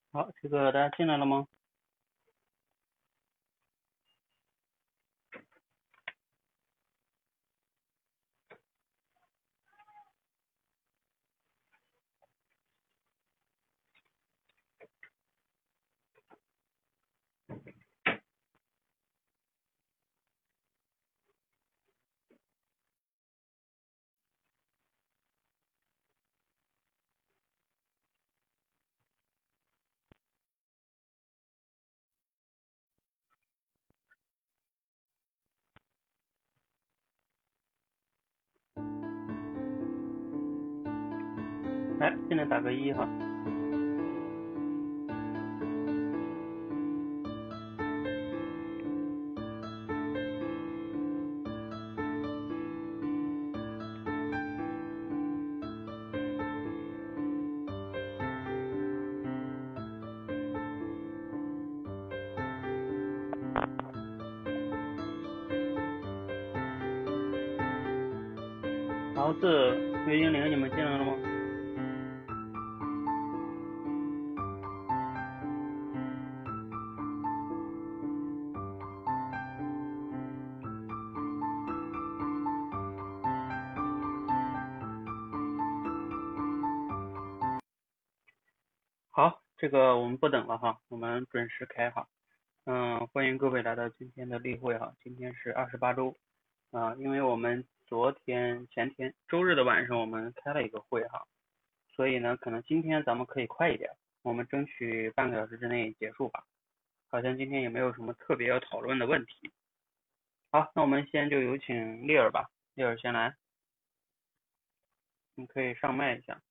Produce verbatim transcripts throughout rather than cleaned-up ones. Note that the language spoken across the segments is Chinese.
好，这个大家进来了吗？来，进来打个一哈。桃子、岳英玲，你们进来了吗？好，这个我们不等了哈，我们准时开哈。嗯，欢迎各位来到今天的例会哈。今天是二十八周啊，因为我们昨天、前天周日的晚上我们开了一个会哈，所以呢，可能今天咱们可以快一点，我们争取半个小时之内结束吧。好像今天也没有什么特别要讨论的问题。好，那我们先就有请丽儿吧，丽儿先来，你可以上麦一下。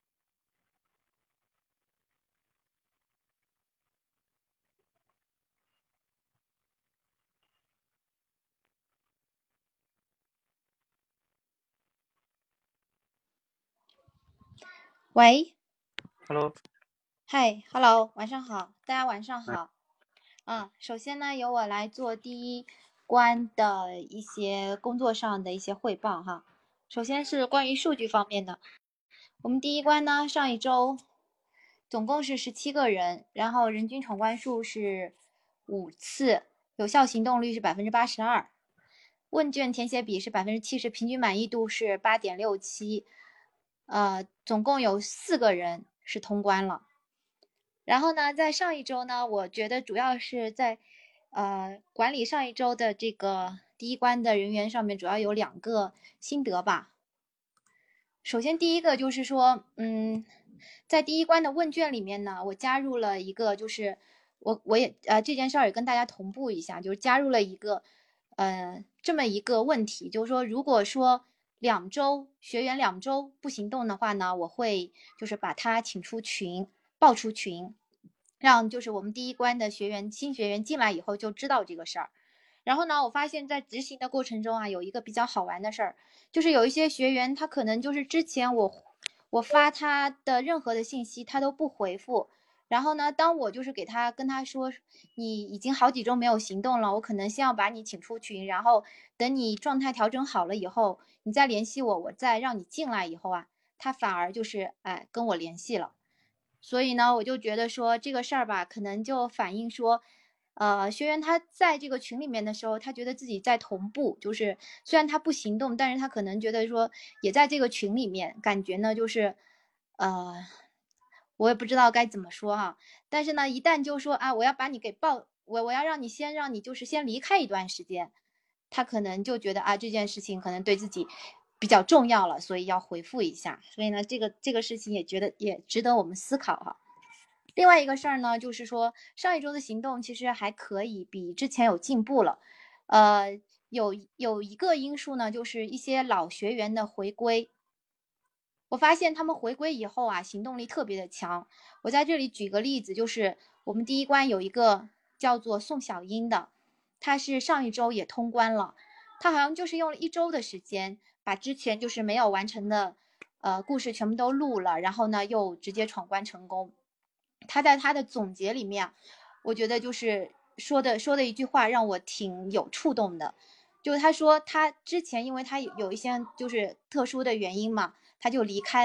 喂 Hello， 嗨，Hello，晚上好，大家晚上嗯， 好。嗯，首先呢，由我来做第一关的一些工作上的一些汇报哈。首先是关于数据方面的，我们第一关呢，上一周总共是十七个人，然后人均闯关数是五次，有效行动率是百分之八十二，问卷填写比是百分之七十，平均满意度是八点六七，呃，总共有四个人是通关了。然后呢，在上一周呢，我觉得主要是在，呃，管理上一周的这个第一关的人员上面，主要有两个心得吧。首先，第一个就是说，嗯，在第一关的问卷里面呢，我加入了一个，就是我我也呃这件事儿也跟大家同步一下，就是加入了一个，呃，这么一个问题，就是说，如果说两周学员两周不行动的话呢，我会就是把他请出群，爆出群。让就是我们第一关的学员新学员进来以后就知道这个事儿。然后呢，我发现在执行的过程中啊，有一个比较好玩的事儿，就是有一些学员他可能就是之前我我发他的任何的信息他都不回复，然后呢，当我就是给他跟他说你已经好几周没有行动了，我可能先要把你请出群，然后等你状态调整好了以后，你再联系我，我再让你进来以后啊，他反而就是哎跟我联系了。所以呢，我就觉得说这个事儿吧，可能就反映说，呃，学员他在这个群里面的时候，他觉得自己在同步，就是虽然他不行动，但是他可能觉得说也在这个群里面，感觉呢就是，呃，我也不知道该怎么说哈。但是呢，一旦就说啊，我要把你给报，我我要让你先让你就是先离开一段时间，他可能就觉得啊这件事情可能对自己比较重要了，所以要回复一下。所以呢，这个这个事情也觉得也值得我们思考哈。另外一个事儿呢，就是说上一周的行动其实还可以，比之前有进步了。呃，有有一个因素呢，就是一些老学员的回归。我发现他们回归以后啊，行动力特别的强。我在这里举个例子，就是我们第一关有一个叫做宋小英的，他是上一周也通关了，他好像就是用了一周的时间，把之前就是没有完成的呃故事全部都录了，然后呢又直接闯关成功。他在他的总结里面，我觉得就是说的说的一句话让我挺有触动的，就是他说他之前因为他有一些就是特殊的原因嘛，他就离开了。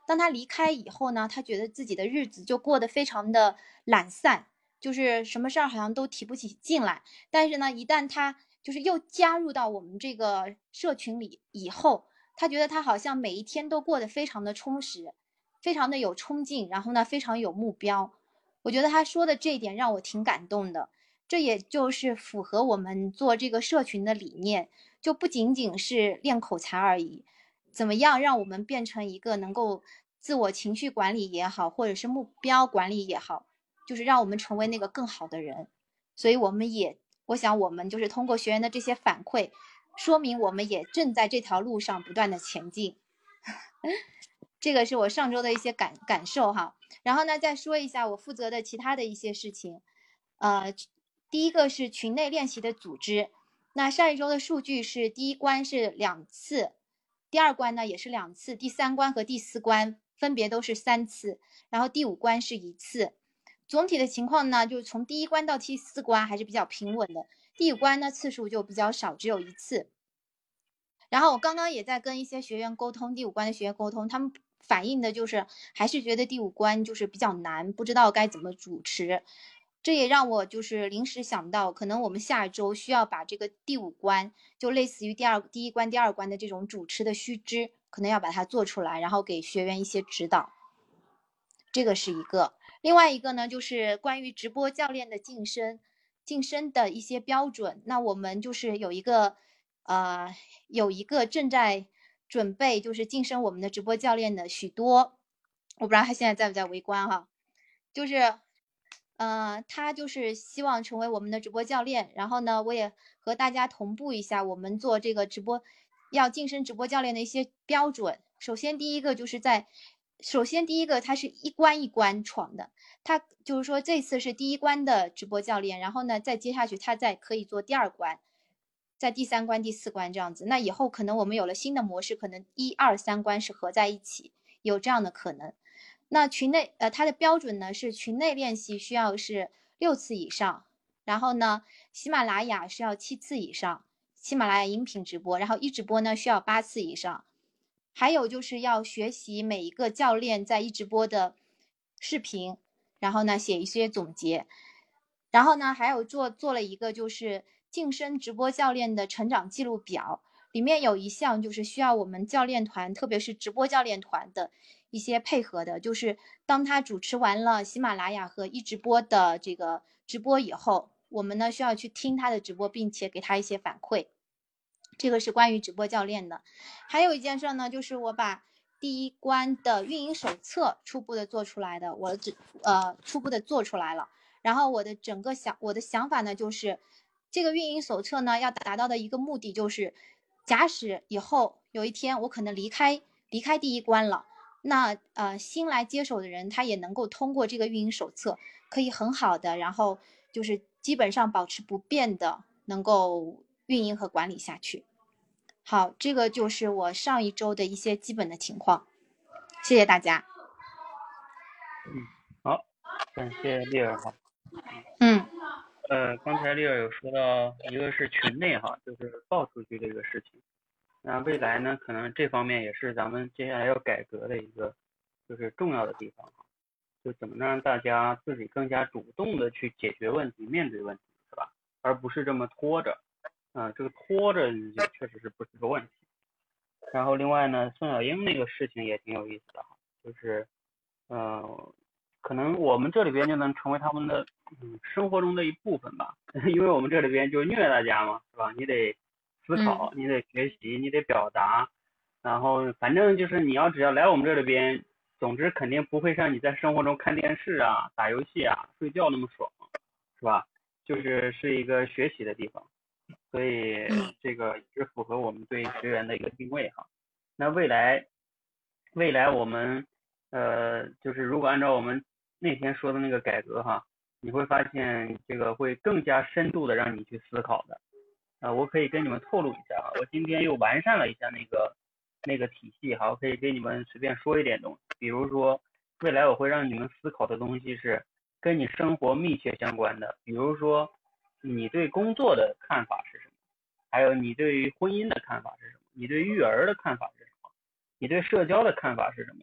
当他离开以后呢，他觉得自己的日子就过得非常的懒散，就是什么事儿好像都提不起劲来。但是呢，一旦他就是又加入到我们这个社群里以后，他觉得他好像每一天都过得非常的充实，非常的有冲劲，然后呢，非常有目标。我觉得他说的这一点让我挺感动的，这也就是符合我们做这个社群的理念，就不仅仅是练口才而已，怎么样让我们变成一个能够自我情绪管理也好，或者是目标管理也好，就是让我们成为那个更好的人。所以我们也，我想我们就是通过学员的这些反馈，说明我们也正在这条路上不断的前进。这个是我上周的一些感感受哈。然后呢，再说一下我负责的其他的一些事情。呃，第一个是群内练习的组织。那上一周的数据是第一关是两次，第二关呢也是两次，第三关和第四关分别都是三次，然后第五关是一次。总体的情况呢，就是从第一关到第四关还是比较平稳的，第五关呢次数就比较少，只有一次。然后我刚刚也在跟一些学员沟通，第五关的学员沟通，他们反映的就是还是觉得第五关就是比较难，不知道该怎么主持。这也让我就是临时想到，可能我们下周需要把这个第五关，就类似于第二第一关、第二关的这种主持的须知，可能要把它做出来，然后给学员一些指导。这个是一个。另外一个呢，就是关于直播教练的晋升，晋升的一些标准。那我们就是有一个，呃，有一个正在准备就是晋升我们的直播教练的许多，我不知道他现在在不在围观哈，就是，呃，他就是希望成为我们的直播教练。然后呢，我也和大家同步一下我们做这个直播要晋升直播教练的一些标准。首先第一个就是在。首先，第一个，他是一关一关闯的，他就是说这次是第一关的直播教练，然后呢，再接下去他再可以做第二关，在第三关、第四关这样子。那以后可能我们有了新的模式，可能一二三关是合在一起，有这样的可能。那群内呃，它的标准呢是群内练习需要是六次以上，然后呢，喜马拉雅是要七次以上，喜马拉雅音频直播，然后一直播呢需要八次以上。还有就是要学习每一个教练在一直播的视频，然后呢写一些总结，然后呢还有做做了一个就是晋升直播教练的成长记录表，里面有一项就是需要我们教练团，特别是直播教练团的一些配合的，就是当他主持完了喜马拉雅和一直播的这个直播以后，我们呢需要去听他的直播，并且给他一些反馈。这个是关于直播教练的。还有一件事呢，就是我把第一关的运营手册初步的做出来的，我只呃初步的做出来了。然后我的整个想我的想法呢，就是这个运营手册呢要达到的一个目的就是，假使以后有一天我可能离开离开第一关了，那呃新来接手的人他也能够通过这个运营手册，可以很好的，然后就是基本上保持不变的能够运营和管理下去。好，这个就是我上一周的一些基本的情况，谢谢大家。 嗯，好，感谢丽儿哈。 嗯， 呃，刚才丽儿有说到，一个是群内哈，就是报出去这个事情。那未来呢，可能这方面也是咱们接下来要改革的一个就是重要的地方哈，就怎么让大家自己更加主动的去解决问题、面对问题，是吧？而不是这么拖着。啊、呃，这个拖着就确实是不是个问题。然后另外呢，宋小英那个事情也挺有意思的哈，就是呃，可能我们这里边就能成为他们的嗯生活中的一部分吧，因为我们这里边就虐大家嘛，是吧？你得思考， 嗯你得学习，你得表达，然后反正就是你要只要来我们这里边，总之肯定不会像你在生活中看电视啊、打游戏啊、睡觉那么爽，是吧？就是是一个学习的地方。所以这个也是符合我们对学员的一个定位哈。那未来，未来我们呃，就是如果按照我们那天说的那个改革哈，你会发现这个会更加深度的让你去思考的。啊、呃，我可以跟你们透露一下啊，我今天又完善了一下那个那个体系哈，我可以给你们随便说一点东西，比如说未来我会让你们思考的东西是跟你生活密切相关的，比如说你对工作的看法是什么？还有你对于婚姻的看法是什么？你对育儿的看法是什么？你对社交的看法是什么？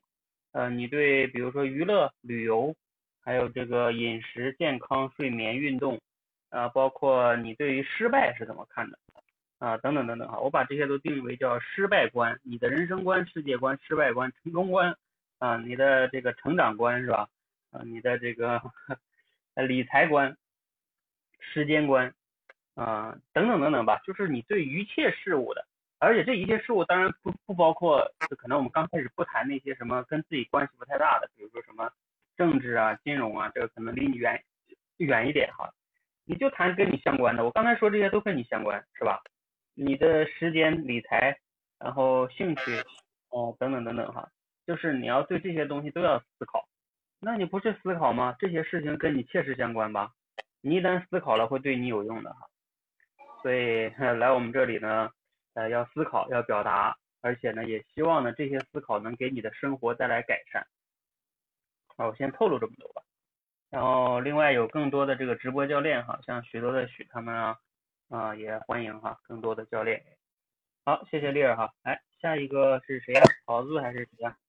呃，你对比如说娱乐、旅游，还有这个饮食、健康、睡眠、运动，啊、包括你对于失败是怎么看的？啊、等等等等哈，我把这些都定义为叫失败观，你的人生观、世界观、失败观、成功观，啊、你的这个成长观是吧？啊、你的这个呃理财观、时间观，啊、等等等等吧，就是你对一切事物的，而且这一切事物当然不不包括，就可能我们刚开始不谈那些什么跟自己关系不太大的，比如说什么政治啊、金融啊，这个可能离你远远一点哈，你就谈跟你相关的，我刚才说这些都跟你相关，是吧？你的时间、理财，然后兴趣，哦、等等等等哈，就是你要对这些东西都要思考。那你不是思考吗？这些事情跟你切实相关吧？你一旦思考了，会对你有用的哈。所以来我们这里呢，呃，要思考，要表达，而且呢，也希望呢这些思考能给你的生活带来改善。好，我先透露这么多吧。然后另外有更多的这个直播教练哈，像许多的许他们啊，啊、也欢迎哈，更多的教练。好，谢谢丽儿哈。来，下一个是谁呀？桃子还是谁呀？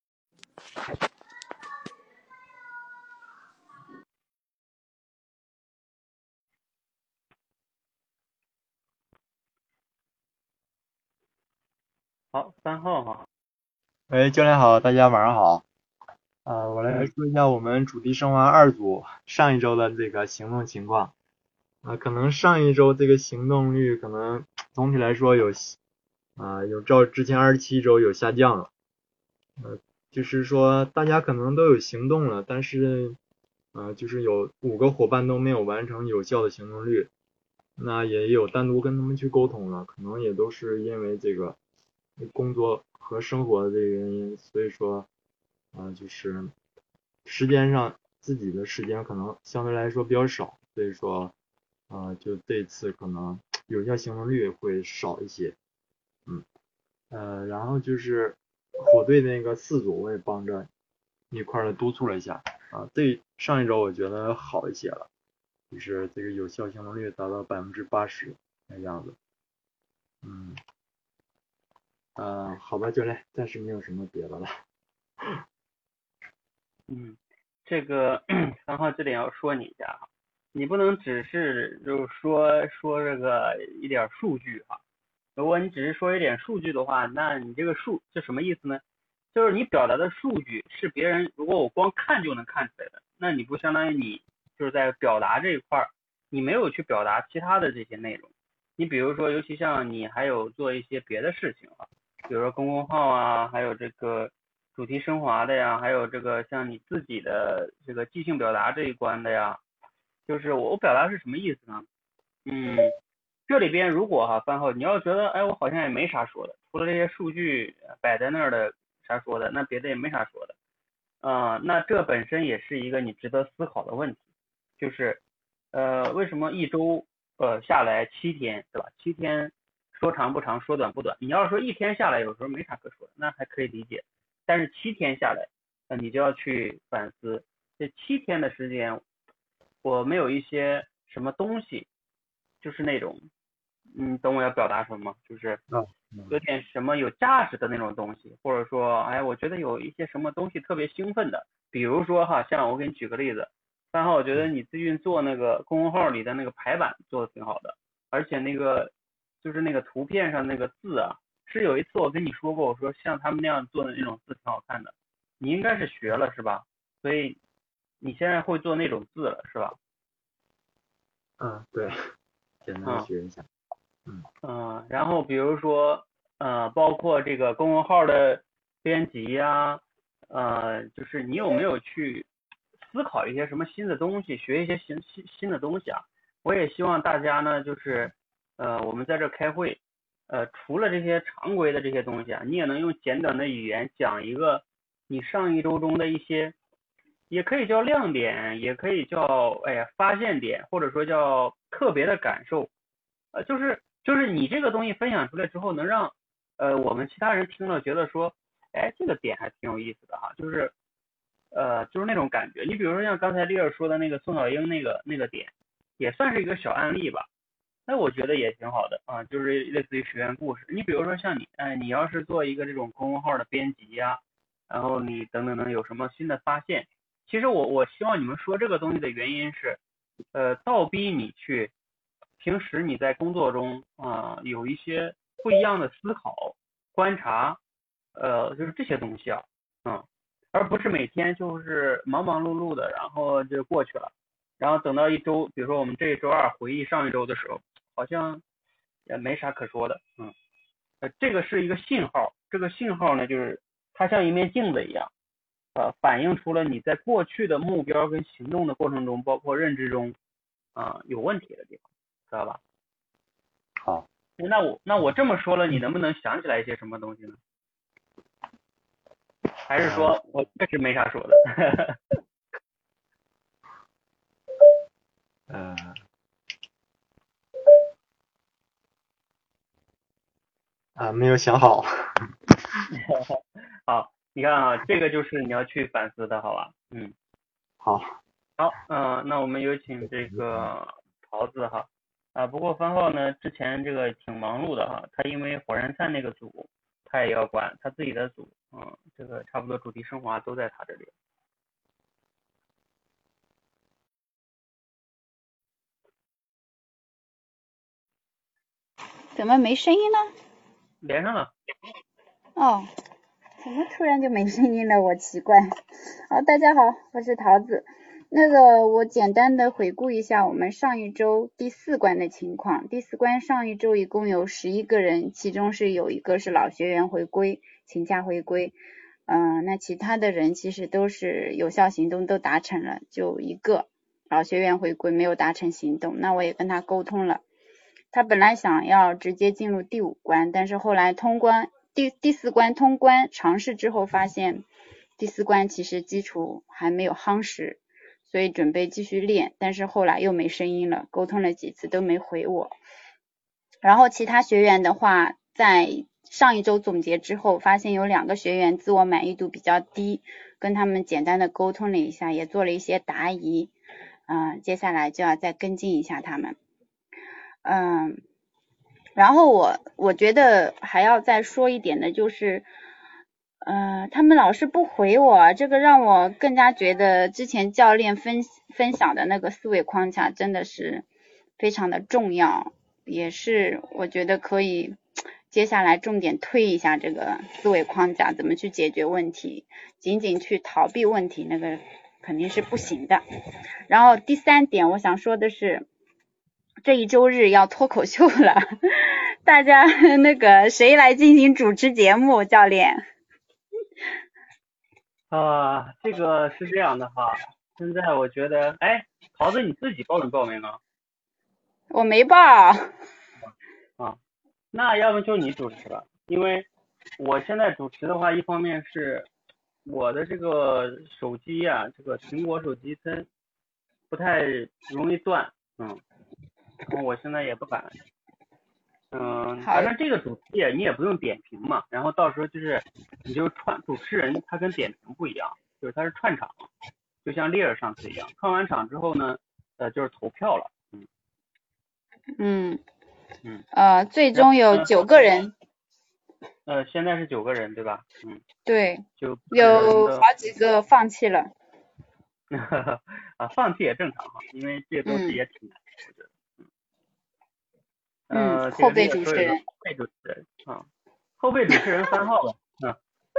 好，三号哈。 喂，教练好，大家晚上好。啊、我来嗯说一下我们主题生活二组上一周的这个行动情况。啊、可能上一周这个行动率可能总体来说有啊、有照之前二十七周有下降了。呃，就是说大家可能都有行动了，但是呃，就是有五个伙伴都没有完成有效的行动率。那也有单独跟他们去沟通了，可能也都是因为这个工作和生活的这个原因，所以说啊、呃就是时间上自己的时间可能相对来说比较少，所以说啊、呃就这次可能有效行动率会少一些。嗯呃，然后就是火队那个四组我也帮着一块儿督促了一下啊，这上一周我觉得好一些了。就是这个有效行动率达到百分之八十那样子。嗯，呃，好吧，教练，暂时没有什么别的了。 嗯，这个三号这点要说你一下哈，你不能只是就是说说这个一点数据哈。如果你只是说一点数据的话，那你这个数是什么意思呢？就是你表达的数据是别人如果我光看就能看出来的，那你不相当于你就是在表达这一块儿，你没有去表达其他的这些内容。你比如说，尤其像你还有做一些别的事情啊，比如说公众号啊，还有这个主题升华的呀，还有这个像你自己的这个即兴表达这一关的呀，就是我我表达是什么意思呢？嗯，这里边如果哈番号你要觉得哎我好像也没啥说的，除了这些数据摆在那儿的啥说的，那别的也没啥说的，啊、呃那这本身也是一个你值得思考的问题，就是呃为什么一周呃下来七天对吧？七天说长不长，说短不短。你要是说一天下来有时候没啥可说的，那还可以理解，但是七天下来，那你就要去反思，这七天的时间我没有一些什么东西，就是那种嗯，懂我要表达什么吗？就是啊， 有点什么有价值的那种东西，或者说，哎，我觉得有一些什么东西特别兴奋的，比如说哈，像我给你举个例子，三号，我觉得你最近做那个公众号里的那个排版做的挺好的，而且那个就是那个图片上那个字啊，是有一次我跟你说过，我说像他们那样做的那种字挺好看的，你应该是学了是吧？所以你现在会做那种字了是吧？ 嗯，对，简单的嗯。 学一下。嗯嗯，然后比如说，呃，包括这个公众号的编辑呀，呃，就是你有没有去思考一些什么新的东西，学一些新新新的东西啊？我也希望大家呢，就是呃，我们在这开会，呃，除了这些常规的这些东西啊，你也能用简短的语言讲一个你上一周中的一些，也可以叫亮点，也可以叫哎呀发现点，或者说叫特别的感受。呃，就是就是你这个东西分享出来之后，能让呃我们其他人听了觉得说，哎，这个点还挺有意思的哈，就是呃就是那种感觉。你比如说像刚才丽儿说的那个宋小英那个那个点，也算是一个小案例吧。那我觉得也挺好的啊，就是类似于学员故事。你比如说像你，哎，你要是做一个这种公众号的编辑呀， 然后你等等能有什么新的发现。其实我我希望你们说这个东西的原因是，呃，倒逼你去平时你在工作中啊、呃、有一些不一样的思考、观察，呃，就是这些东西啊，嗯，而不是每天就是忙忙碌碌的，然后就过去了，然后等到一周，比如说我们这一周二回忆上一周的时候，好像也没啥可说的，嗯，呃，这个是一个信号，这个信号呢，就是它像一面镜子一样，呃，反映出了你在过去的目标跟行动的过程中，包括认知中啊、呃、有问题的地方，知道吧？ 好， 那我那我这么说了，你能不能想起来一些什么东西呢？还是说我确实没啥说的？ 呃，啊，没有想好。 好，你看啊，这个就是你要去反思的，好吧？嗯， 好， 好，嗯、呃，那我们有请这个桃子哈。啊，不过番号呢，之前这个挺忙碌的哈，他因为火山菜那个组，他也要管他自己的组，嗯，这个差不多主题升华都在他这里。 怎么没声音呢？ 连上了。 哦，怎么突然就没声音了？我奇怪。好，大家好，我是桃子。那个，我简单的回顾一下我们上一周第四关的情况。第四关上一周一共有十一个人，其中是有一个是老学员回归，请假回归。嗯、呃，那其他的人其实都是有效行动都达成了，就一个老学员回归没有达成行动。那我也跟他沟通了。他本来想要直接进入第五关，但是后来通关第第四关通关尝试之后发现第四关其实基础还没有夯实，所以准备继续练，但是后来又没声音了，沟通了几次都没回我。然后其他学员的话，在上一周总结之后发现有两个学员自我满意度比较低，跟他们简单的沟通了一下，也做了一些答疑，嗯、呃，接下来就要再跟进一下他们。嗯，然后我我觉得还要再说一点的就是，呃，他们老是不回我，这个让我更加觉得之前教练分分享的那个思维框架真的是非常的重要，也是我觉得可以接下来重点推一下这个思维框架，怎么去解决问题，仅仅去逃避问题那个肯定是不行的。然后第三点我想说的是，这一周日要脱口秀了，大家那个谁来进行主持节目？教练？ 啊、呃，这个是这样的哈，现在我觉得，哎，桃子你自己报没报名啊？ 我没报。 啊，那要不就你主持吧，因为我现在主持的话，一方面是我的这个手机呀、啊，这个苹果手机它不太容易断，嗯，然后我现在也不敢，嗯，反正这个主题你也不用点评嘛，然后到时候就是你就串主持人，他跟点评不一样，就是他是串场，就像丽儿上次一样，串完场之后呢，呃，就是投票了，嗯嗯嗯呃，最终有九个人。 呃，现在是九个人对吧？嗯， 对， 九有好几个放弃了。 啊，放弃也正常哈，因为这东西也挺难，我觉得。 嗯， 呃， 后备主持人， 后备主持人啊，后备主持人番号吧，嗯。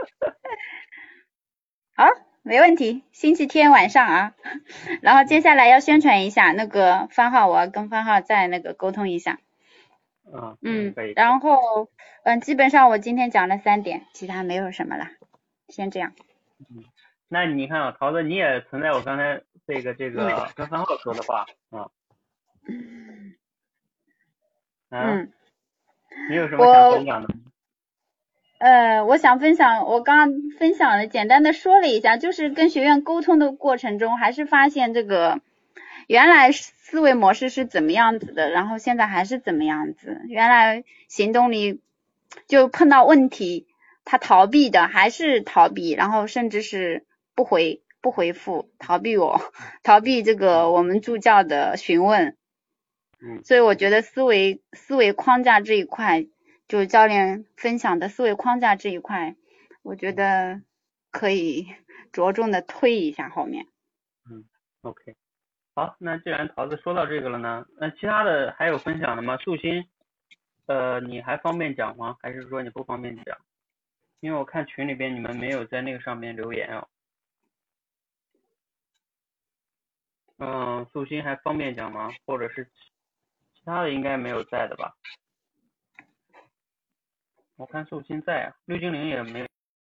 好，没问题，星期天晚上啊，然后接下来要宣传一下那个番号，我要跟番号再那个沟通一下。 嗯嗯， 可以。 然后嗯，基本上我今天讲了三点，其他没有什么了，先这样。 嗯，那你看啊，桃子你也存在我刚才这个这个跟番号说的话啊。 嗯， 你有什么想分享的？ 呃，我想分享，我刚刚分享了，简单的说了一下，就是跟学院沟通的过程中，还是发现这个原来思维模式是怎么样子的，然后现在还是怎么样子。原来行动里就碰到问题，他逃避的还是逃避，然后甚至是不回不回复，逃避我，逃避这个我们助教的询问。 嗯， 所以我觉得思维思维框架这一块，就是教练分享的思维框架这一块，我觉得可以着重的推一下后面。 嗯 ，OK， 好，那既然桃子说到这个了呢，那其他的还有分享的吗？素心，呃，你还方便讲吗？还是说你不方便讲？因为我看群里边你们没有在那个上面留言哦。嗯，素心还方便讲吗？或者是其他的应该没有在的吧？我看素心在啊，绿精灵也没有。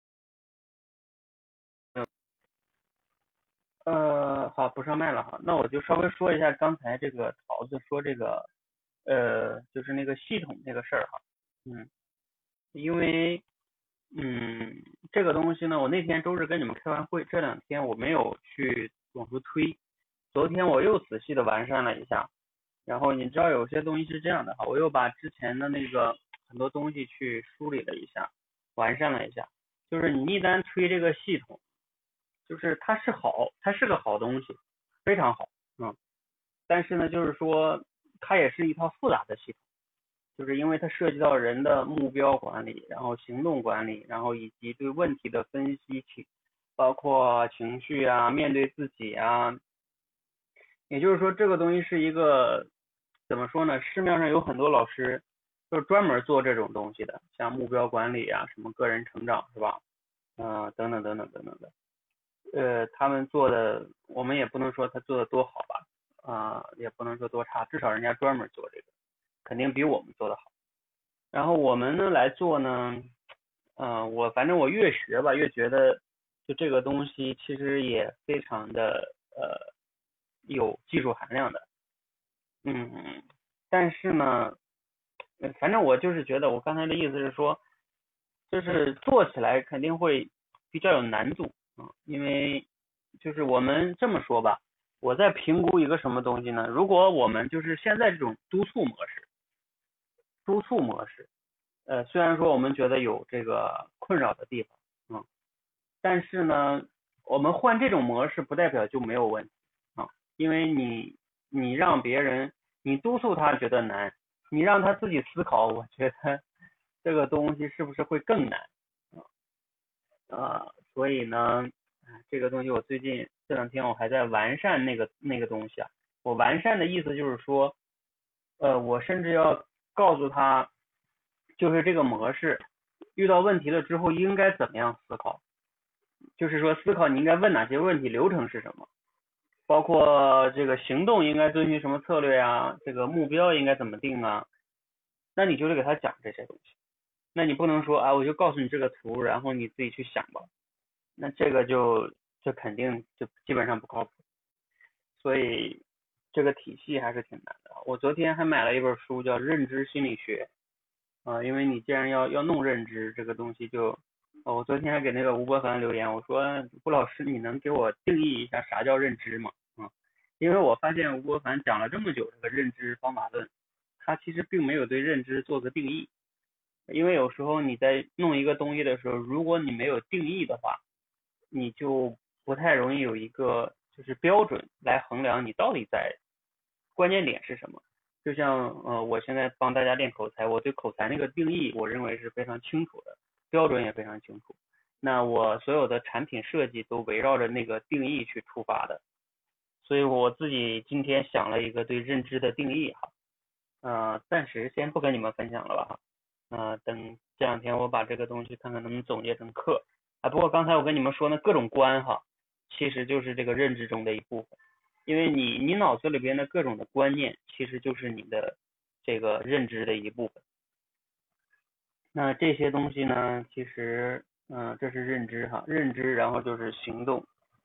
呃，好，不上麦了哈，那我就稍微说一下刚才这个桃子说这个，呃，就是那个系统这个事儿哈，嗯，因为，嗯，这个东西呢，我那天周日跟你们开完会，这两天我没有去往出推，昨天我又仔细的完善了一下，然后你知道有些东西是这样的哈，我又把之前的那个很多东西去梳理了一下，完善了一下，就是你一旦推这个系统。就是它是好，它是个好东西，非常好，嗯，但是呢，就是说它也是一套复杂的系统，就是因为它涉及到人的目标管理，然后行动管理，然后以及对问题的分析，情包括情绪啊，面对自己啊，也就是说这个东西是一个怎么说呢？市面上有很多老师就是专门做这种东西的，像目标管理啊，什么个人成长是吧？嗯、呃，等等等等等等的。呃，他们做的，我们也不能说他做的多好吧，啊、呃，也不能说多差，至少人家专门做这个，肯定比我们做的好。然后我们呢来做呢，嗯、呃，我反正我越学吧，越觉得就这个东西其实也非常的呃有技术含量的，嗯，但是呢，反正我就是觉得，我刚才的意思是说，就是做起来肯定会比较有难度啊，因为就是我们这么说吧，我在评估一个什么东西呢？如果我们就是现在这种督促模式，督促模式，呃，虽然说我们觉得有这个困扰的地方，嗯，但是呢，我们换这种模式不代表就没有问题啊，因为你你让别人，你督促他觉得难，你让他自己思考，我觉得这个东西是不是会更难啊？呃，所以呢，这个东西我最近这两天我还在完善那个那个东西啊。我完善的意思就是说，呃，我甚至要告诉他，就是这个模式遇到问题了之后应该怎么样思考，就是说思考你应该问哪些问题，流程是什么，包括这个行动应该遵循什么策略啊，这个目标应该怎么定啊，那你就得给他讲这些东西。那你不能说啊，我就告诉你这个图，然后你自己去想吧。那这个就这肯定就基本上不靠谱，所以这个体系还是挺难的。我昨天还买了一本书叫《认知心理学》啊、呃，因为你既然要要弄认知这个东西就，呃，我昨天还给那个吴伯凡留言，我说吴老师你能给我定义一下啥叫认知吗？啊、嗯，因为我发现吴伯凡讲了这么久这个认知方法论，他其实并没有对认知做个定义。因为有时候你在弄一个东西的时候，如果你没有定义的话，你就不太容易有一个就是标准来衡量你到底在关键点是什么。就像呃，我现在帮大家练口才，我对口才那个定义，我认为是非常清楚的，标准也非常清楚。那我所有的产品设计都围绕着那个定义去出发的，所以我自己今天想了一个对认知的定义哈，呃，暂时先不跟你们分享了吧哈。呃，等这两天我把这个东西看看能不能总结成课啊。不过刚才我跟你们说那各种观哈，其实就是这个认知中的一部分，因为你你脑子里边的各种的观念，其实就是你的这个认知的一部分。那这些东西呢，其实嗯、呃，这是认知哈，认知然后就是行动。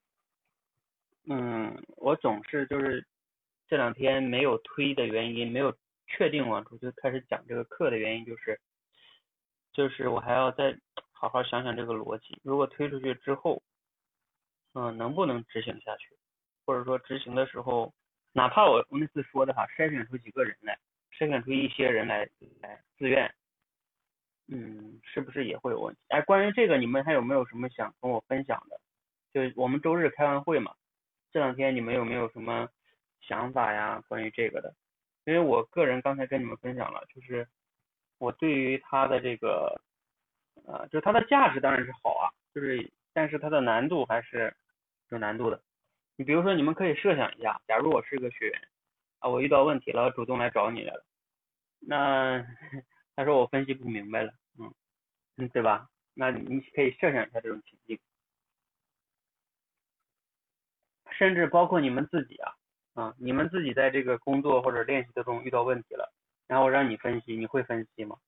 嗯，我总是就是这两天没有推的原因，没有确定往出就开始讲这个课的原因就是。就是我还要再好好想想这个逻辑，如果推出去之后，嗯、呃，能不能执行下去，或者说执行的时候，哪怕我我那次说的哈，筛选出几个人来，筛选出一些人来来自愿，嗯，是不是也会有问题？哎，关于这个，你们还有没有什么想跟我分享的？就我们周日开完会嘛，这两天你们有没有什么想法呀？关于这个的，因为我个人刚才跟你们分享了，就是我对于它的这个，呃，就是它的价值当然是好啊，就是但是它的难度还是有难度的。你比如说，你们可以设想一下，假如我是个学员啊，我遇到问题了，主动来找你来了，那他说我分析不明白了，嗯嗯，对吧？那你可以设想一下这种情境，甚至包括你们自己啊啊，你们自己在这个工作或者练习当中遇到问题了，然后让你分析，你会分析吗？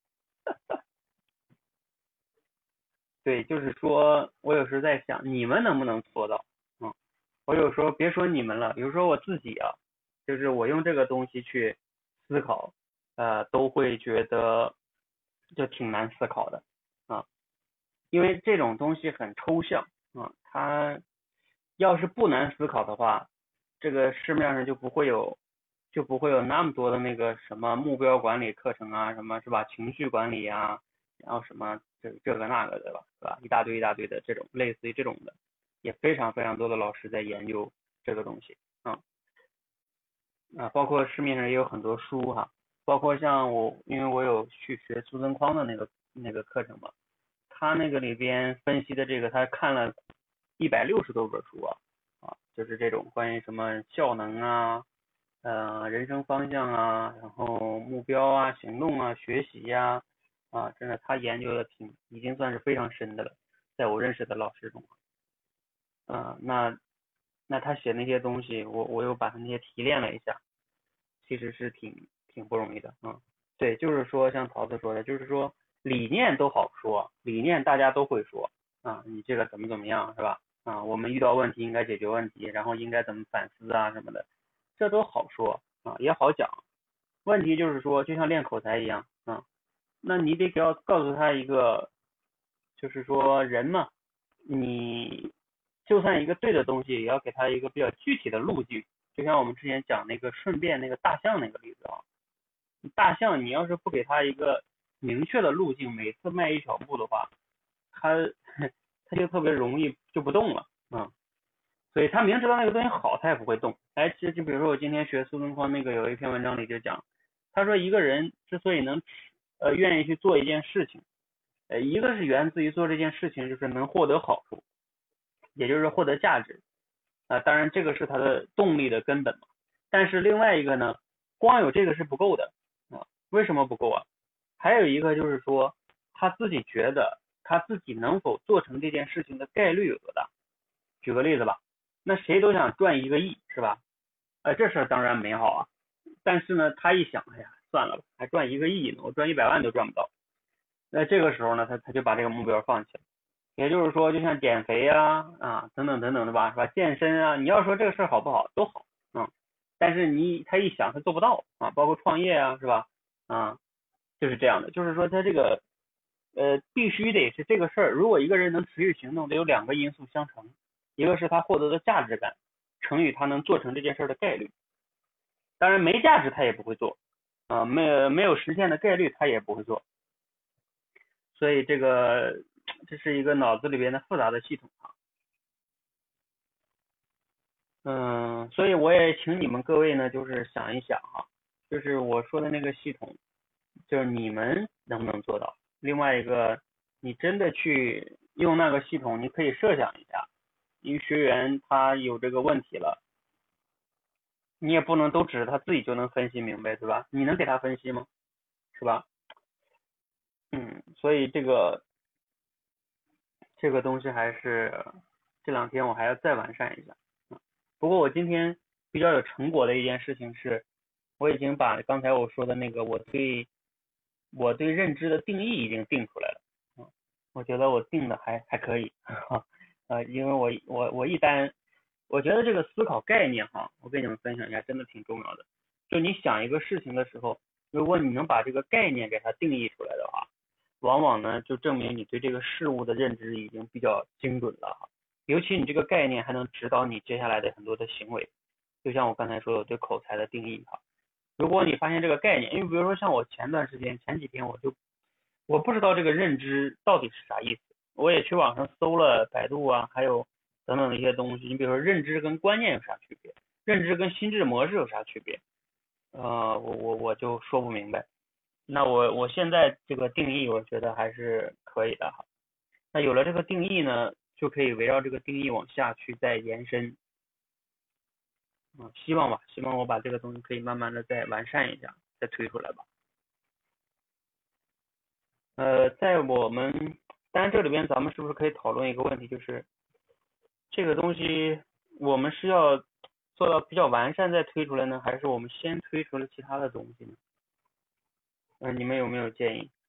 对，就是说我有时在想，你们能不能做到？嗯，我有时候别说你们了，比如说我自己啊，就是我用这个东西去思考，呃，都会觉得就挺难思考的啊，因为这种东西很抽象啊，它要是不难思考的话，这个市面上就不会有就不会有那么多的那个什么目标管理课程啊，什么是吧？情绪管理啊，然后什么这这个那个的吧，是吧？一大堆一大堆的这种类似于这种的，也非常非常多的老师在研究这个东西啊啊，包括市面上也有很多书哈，包括像我，因为我有去学苏增匡的那个那个课程嘛，他那个里边分析的这个，他看了一百六十多本书啊啊，就是这种关于什么效能啊。呃，人生方向啊，然后目标啊，行动啊，学习呀、啊，啊，真的他研究的挺，已经算是非常深的了，在我认识的老师中，啊，那那他写那些东西，我我又把他那些提炼了一下，其实是挺挺不容易的，嗯，对，就是说像桃子说的，就是说理念都好说，理念大家都会说，啊，你这个怎么怎么样是吧？啊，我们遇到问题应该解决问题，然后应该怎么反思啊什么的，这都好说啊，也好讲。问题就是说，就像练口才一样啊，那你得要告诉他一个，就是说人嘛，你就算一个对的东西，也要给他一个比较具体的路径。就像我们之前讲那个顺便那个大象那个例子啊，大象你要是不给他一个明确的路径，每次迈一小步的话，他他就特别容易就不动了啊、嗯。所以他明知道那个东西好，他也不会动。哎，就就比如说我今天学苏东坡那个有一篇文章里就讲，他说一个人之所以能呃愿意去做一件事情，呃一个是源自于做这件事情就是能获得好处，也就是获得价值啊、呃，当然这个是他的动力的根本嘛。但是另外一个呢，光有这个是不够的啊、呃，为什么不够啊？还有一个就是说他自己觉得他自己能否做成这件事情的概率有多大。举个例子吧，那谁都想赚一个亿是吧？呃，这事儿当然美好啊，但是呢，他一想，哎呀，算了吧，还赚一个亿呢，我赚一百万都赚不到。那这个时候呢，他他就把这个目标放弃了。也就是说，就像减肥啊啊等等等等的吧，是吧？健身啊，你要说这个事儿好不好，都好，嗯，但是你他一想他做不到啊，包括创业啊，是吧？啊，就是这样的，就是说他这个呃必须得是这个事儿，如果一个人能持续行动，得有两个因素相乘，一个是他获得的价值感，乘以他能做成这件事的概率。当然没价值他也不会做啊、呃，没有没有实现的概率他也不会做。所以这个这是一个脑子里边的复杂的系统啊。嗯，所以我也请你们各位呢，就是想一想哈，就是我说的那个系统，就是你们能不能做到？另外一个，你真的去用那个系统，你可以设想一下，一个学员他有这个问题了，你也不能都指着他自己就能分析明白，对吧？你能给他分析吗？是吧？嗯，所以这个这个东西还是这两天我还要再完善一下。不过我今天比较有成果的一件事情是，我已经把刚才我说的那个我对我对认知的定义已经定出来了。嗯，我觉得我定的还还可以，哈，呃，因为我我我一旦我觉得这个思考概念哈，我跟你们分享一下，真的挺重要的。就你想一个事情的时候，如果你能把这个概念给它定义出来的话，往往呢就证明你对这个事物的认知已经比较精准了哈。尤其你这个概念还能指导你接下来的很多的行为，就像我刚才说的对口才的定义哈。如果你发现这个概念，因为比如说像我前段时间前几天我就我不知道这个认知到底是啥意思，我也去网上搜了百度啊，还有等等的一些东西。你比如说认知跟观念有啥区别，认知跟心智模式有啥区别，呃，我我我就说不明白。那我我现在这个定义我觉得还是可以的哈。那有了这个定义呢， 就可以围绕这个定义往下去再延伸。嗯，希望吧，希望我把这个东西可以慢慢的再完善一下，再推出来吧。呃，在我们当然这里边咱们是不是可以讨论一个问题，就是这个东西我们是要做到比较完善再推出来呢，还是我们先推出了其他的东西呢？嗯、呃，你们有没有建议？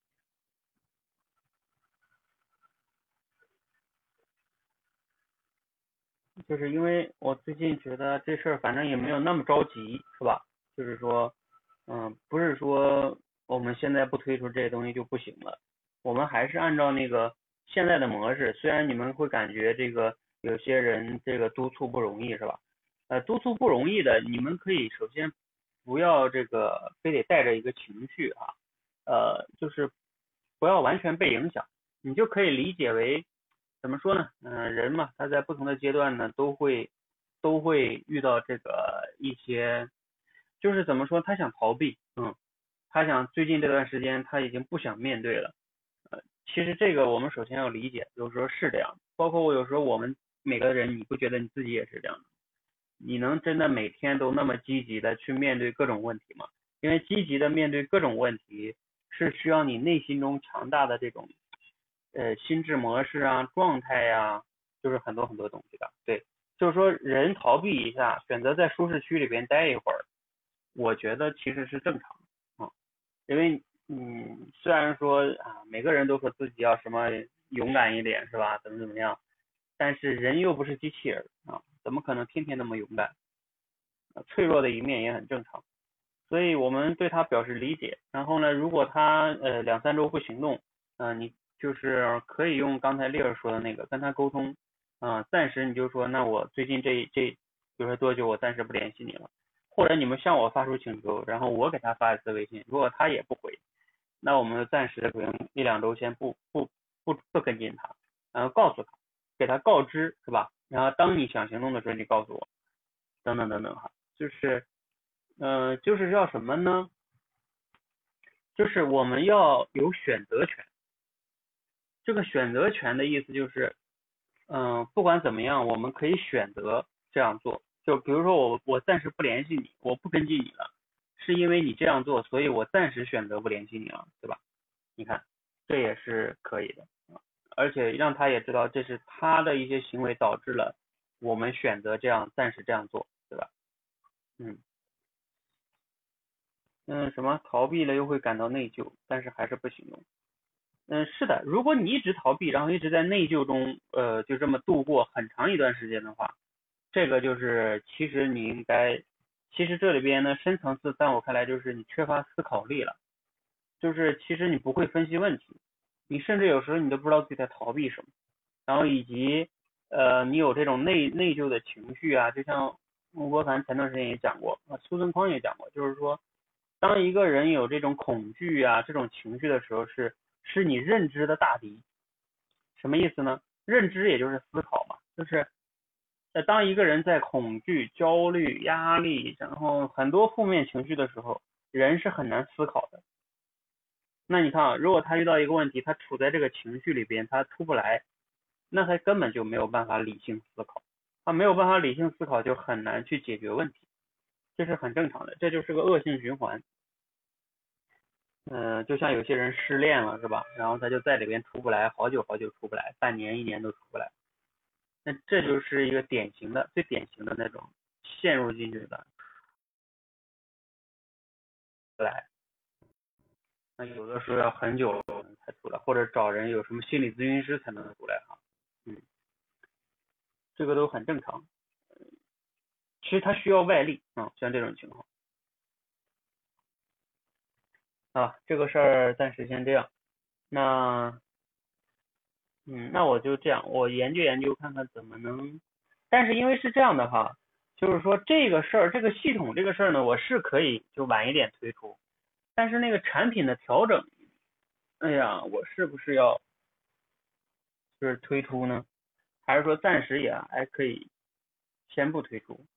就是因为我最近觉得这事儿反正也没有那么着急，是吧？就是说，嗯，不是说我们现在不推出这些东西就不行了，我们还是按照那个现在的模式。虽然你们会感觉这个有些人这个督促不容易，是吧？呃，督促不容易的，你们可以首先不要这个非得带着一个情绪啊，呃，就是不要完全被影响，你就可以理解为。怎么说呢？嗯、呃，人嘛，他在不同的阶段呢，都会都会遇到这个一些，就是怎么说，他想逃避，嗯，他想最近这段时间他已经不想面对了。呃，其实这个我们首先要理解，有时候是这样，包括我有时候我们每个人，你不觉得你自己也是这样的？你能真的每天都那么积极的去面对各种问题吗？因为积极的面对各种问题是需要你内心中强大的这种。呃，心智模式啊，状态呀、啊，就是很多很多东西的。对，就是说人逃避一下，选择在舒适区里边待一会儿，我觉得其实是正常的啊、嗯。因为嗯，虽然说啊，每个人都说自己要什么勇敢一点是吧？怎么怎么样，但是人又不是机器人啊，怎么可能天天那么勇敢？啊，脆弱的一面也很正常。所以我们对他表示理解。然后呢，如果他呃两三周不行动，嗯、呃，你就是可以用刚才丽儿说的那个跟他沟通，啊、呃，暂时你就说，那我最近这这，比如说多久我暂时不联系你了，或者你们向我发出请求，然后我给他发一次微信，如果他也不回，那我们暂时可能一两周先不不不不跟进他，然后告诉他，给他告知是吧？然后当你想行动的时候，你告诉我，等等等等哈，就是。嗯、呃，就是要什么呢？就是我们要有选择权。这个选择权的意思就是，嗯、呃，不管怎么样，我们可以选择这样做。就比如说我我暂时不联系你，我不跟进你了，是因为你这样做，所以我暂时选择不联系你了，对吧？你看，这也是可以的，而且让他也知道这是他的一些行为导致了我们选择这样暂时这样做，对吧？嗯。嗯，什么逃避了又会感到内疚，但是还是不行动。嗯，是的，如果你一直逃避，然后一直在内疚中，呃，就这么度过很长一段时间的话，这个就是其实你应该，其实这里边呢深层次，在我看来就是你缺乏思考力了，就是其实你不会分析问题，你甚至有时候你都不知道自己在逃避什么，然后以及呃你有这种内内疚的情绪啊，就像孟博凡前段时间也讲过，啊苏东坡也讲过，就是说。当一个人有这种恐惧啊这种情绪的时候，是是你认知的大敌。什么意思呢？认知也就是思考嘛，就是呃当一个人在恐惧、焦虑、压力，然后很多负面情绪的时候，人是很难思考的。那你看啊，如果他遇到一个问题，他处在这个情绪里边，他出不来，那他根本就没有办法理性思考，他没有办法理性思考，就很难去解决问题。这是很正常的，这就是个恶性循环。嗯、呃，就像有些人失恋了是吧？然后他就在里边出不来，好久好久出不来，半年一年都出不来。那这就是一个典型的、最典型的那种陷入进去的来。那有的时候要很久才出来，或者找人有什么心理咨询师才能出来哈。嗯，这个都很正常。其实他需要外力啊、嗯，像这种情况。啊，这个事儿暂时先这样。那，嗯，那我就这样，我研究研究看看怎么能。但是因为是这样的哈，就是说这个事儿，这个系统这个事儿呢，我是可以就晚一点推出，但是那个产品的调整，哎呀，我是不是要就是推出呢？还是说暂时也还可以先不推出？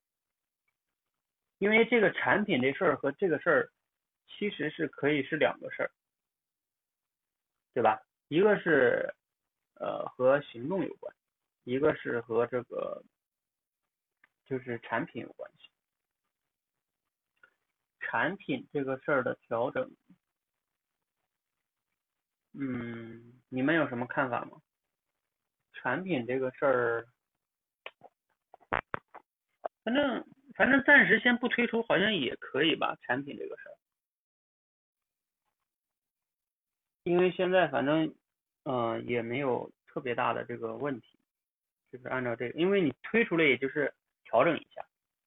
因为这个产品这事儿和这个事儿其实是可以是两个事儿，对吧？一个是呃和行动有关， 一个是和这个就是产品有关系。产品这个事儿的调整，嗯，你们有什么看法吗？产品这个事儿，反正反正暂时先不推出，好像也可以吧。产品这个事儿，因为现在反正嗯、呃、也没有特别大的这个问题，就是按照这个，因为你推出来也就是调整一下。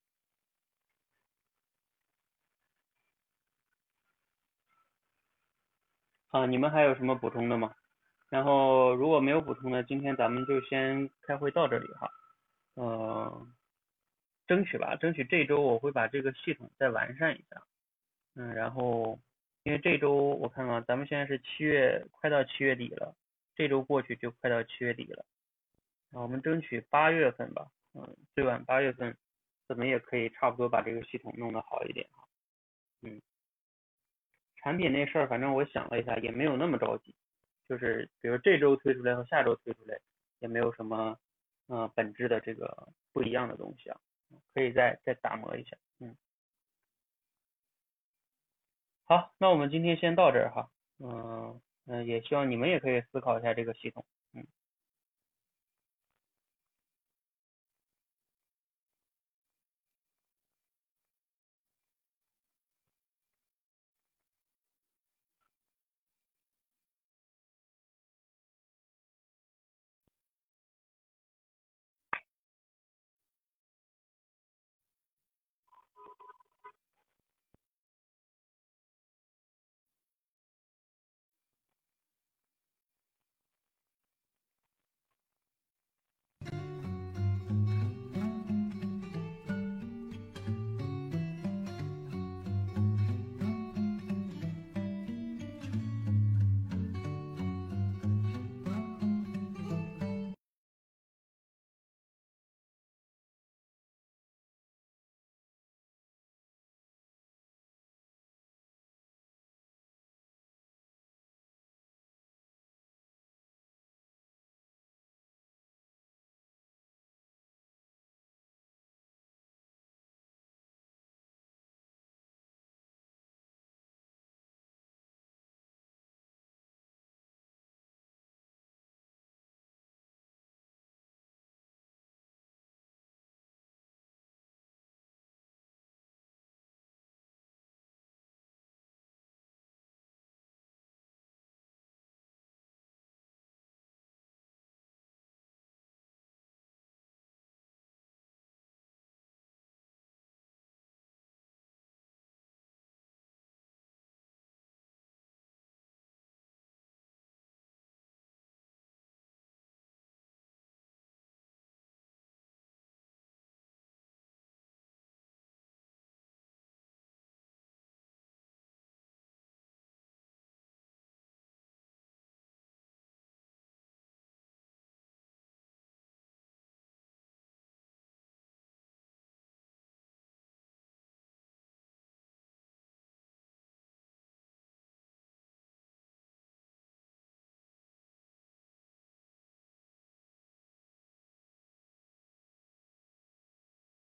啊，你们还有什么补充的吗？然后如果没有补充的，今天咱们就先开会到这里哈。呃，争取吧，争取这周我会把这个系统再完善一下。嗯，然后因为这周我看看，咱们现在是七月，快到七月底了，这周过去就快到七月底了。啊，我们争取八月份吧，嗯，最晚八月份，怎么也可以差不多把这个系统弄得好一点哈。嗯，产品那事儿，反正我想了一下，也没有那么着急，就是比如这周推出来和下周推出来，也没有什么呃本质的这个不一样的东西啊，可以再再打磨一下。嗯，好，那我们今天先到这儿哈。嗯嗯、呃，也希望你们也可以思考一下这个系统。